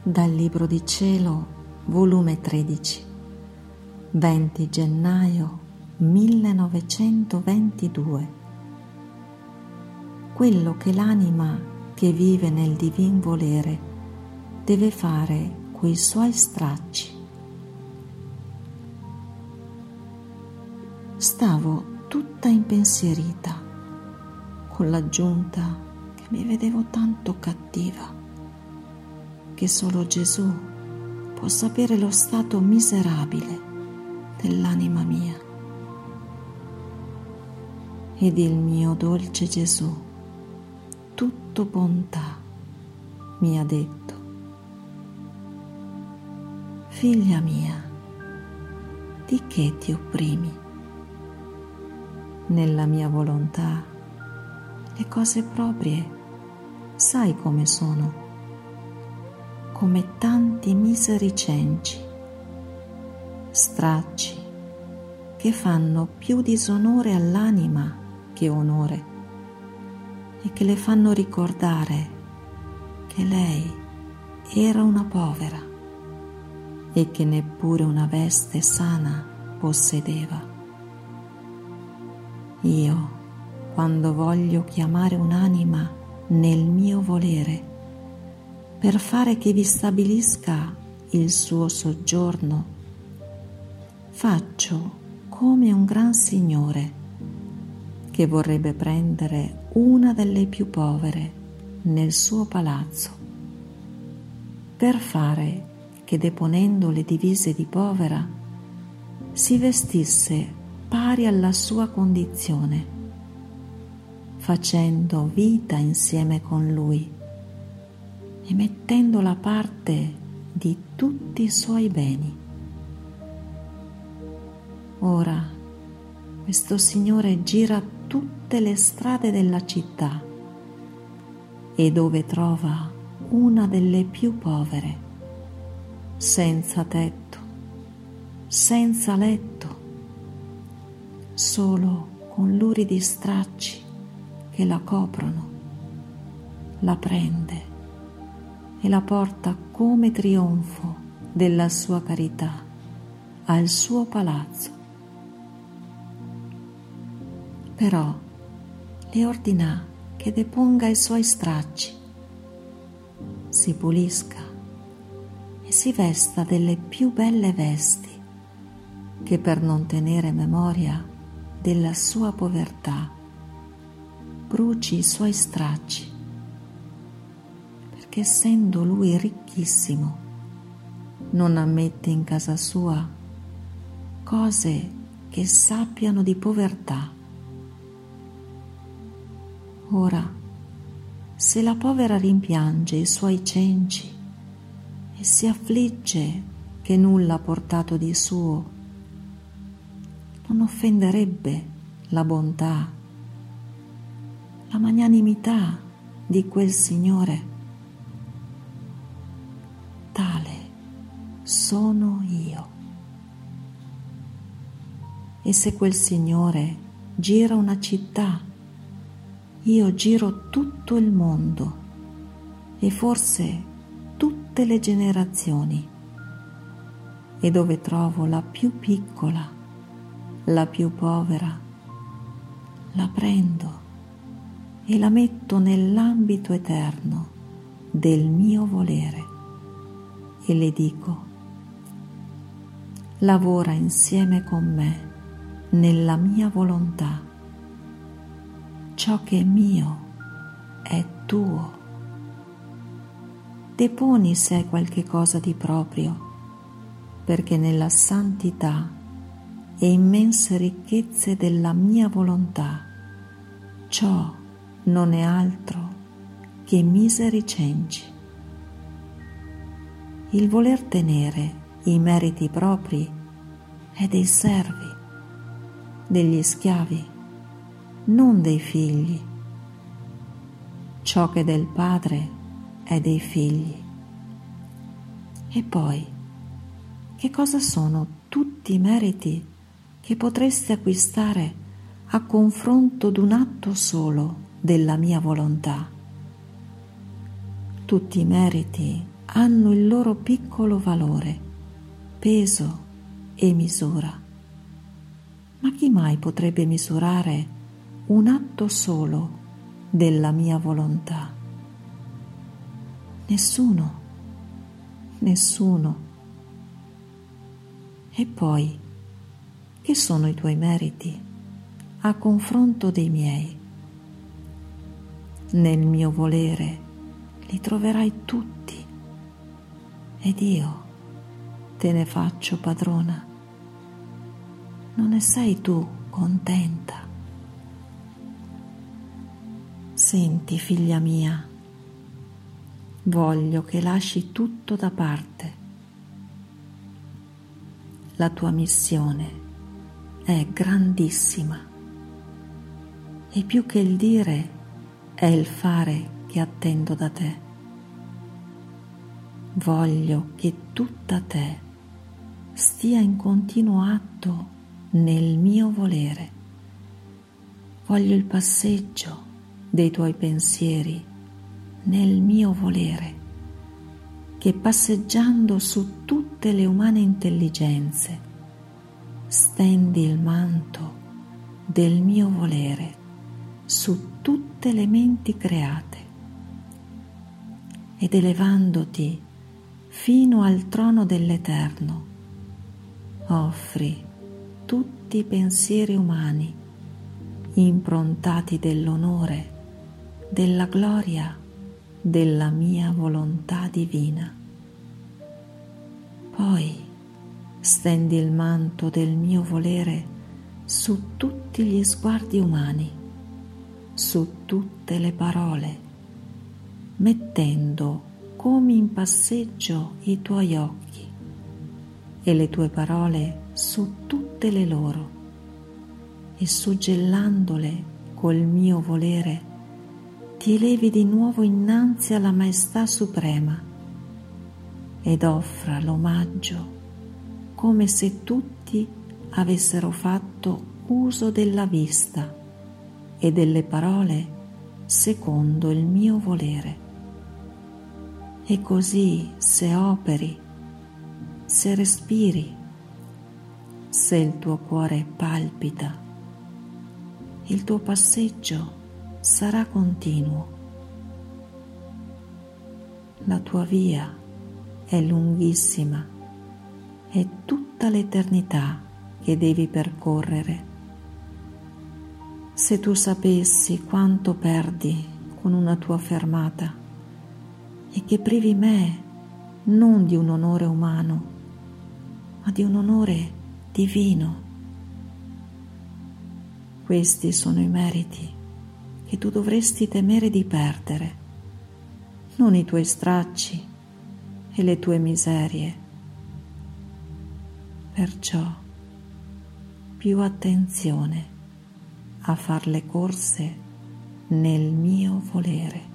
Dal Libro di Cielo, volume 13, 20 gennaio 1922. Quello che l'anima che vive nel divin volere deve fare coi suoi stracci. Stavo tutta impensierita, con l'aggiunta che mi vedevo tanto cattiva, che solo Gesù può sapere lo stato miserabile dell'anima mia. Ed il mio dolce Gesù, tutto bontà, mi ha detto: figlia mia, di che ti opprimi? Nella mia volontà le cose proprie sai come sono, come tanti miseri cenci, stracci che fanno più disonore all'anima che onore e che le fanno ricordare che lei era una povera e che neppure una veste sana possedeva. Io, quando voglio chiamare un'anima nel mio volere per fare che vi stabilisca il suo soggiorno, faccio come un gran signore che vorrebbe prendere una delle più povere nel suo palazzo, per fare che, deponendo le divise di povera, si vestisse pari alla sua condizione, facendo vita insieme con lui e mettendo la parte di tutti i suoi beni. Ora questo Signore gira tutte le strade della città e dove trova una delle più povere, senza tetto, senza letto, solo con luridi stracci che la coprono, la prende e la porta come trionfo della sua carità al suo palazzo. Però le ordina che deponga i suoi stracci, si pulisca e si vesta delle più belle vesti, che per non tenere memoria della sua povertà bruci i suoi stracci, che essendo lui ricchissimo non ammette in casa sua cose che sappiano di povertà. Ora, se la povera rimpiange i suoi cenci e si affligge che nulla ha portato di suo, non offenderebbe la bontà, la magnanimità di quel Signore? Tale sono io. E se quel Signore gira una città, io giro tutto il mondo e forse tutte le generazioni, e dove trovo la più piccola, la più povera, la prendo e la metto nell'ambito eterno del mio volere e le dico: lavora insieme con me nella mia volontà. Ciò che è mio è tuo. Deponi se hai qualche cosa di proprio, perché nella santità e immense ricchezze della mia volontà ciò non è altro che miseri cenci. Il voler tenere i meriti propri è dei servi, degli schiavi, non dei figli. Ciò che è del Padre è dei figli. E poi, che cosa sono tutti i meriti che potreste acquistare a confronto d'un atto solo della mia volontà? Tutti i meriti hanno il loro piccolo valore, peso e misura. Ma chi mai potrebbe misurare un atto solo della mia volontà? Nessuno, nessuno. E poi, che sono i tuoi meriti a confronto dei miei? Nel mio volere li troverai tutti ed io te ne faccio padrona. Non ne sei tu contenta? Senti, figlia mia, voglio che lasci tutto da parte. La tua missione è grandissima e più che il dire è il fare che attendo da te. Voglio che tutta te stia in continuo atto nel mio volere. Voglio il passeggio dei tuoi pensieri nel mio volere, che passeggiando su tutte le umane intelligenze stendi il manto del mio volere su tutte le menti create ed elevandoti fino al trono dell'Eterno offri tutti i pensieri umani improntati dell'onore, della gloria, della mia volontà divina. Poi stendi il manto del mio volere su tutti gli sguardi umani, su tutte le parole, mettendo come in passeggio i tuoi occhi e le tue parole su tutte le loro e suggellandole col mio volere ti elevi di nuovo innanzi alla Maestà Suprema ed offra l'omaggio come se tutti avessero fatto uso della vista e delle parole secondo il mio volere. E così se operi, se respiri, se il tuo cuore palpita, il tuo passeggio sarà continuo. La tua via è lunghissima, è tutta l'eternità che devi percorrere. Se tu sapessi quanto perdi con una tua fermata e che privi me non di un onore umano, ma di un onore divino. Questi sono i meriti che tu dovresti temere di perdere, non i tuoi stracci e le tue miserie. Perciò più attenzione a far le corse nel mio volere.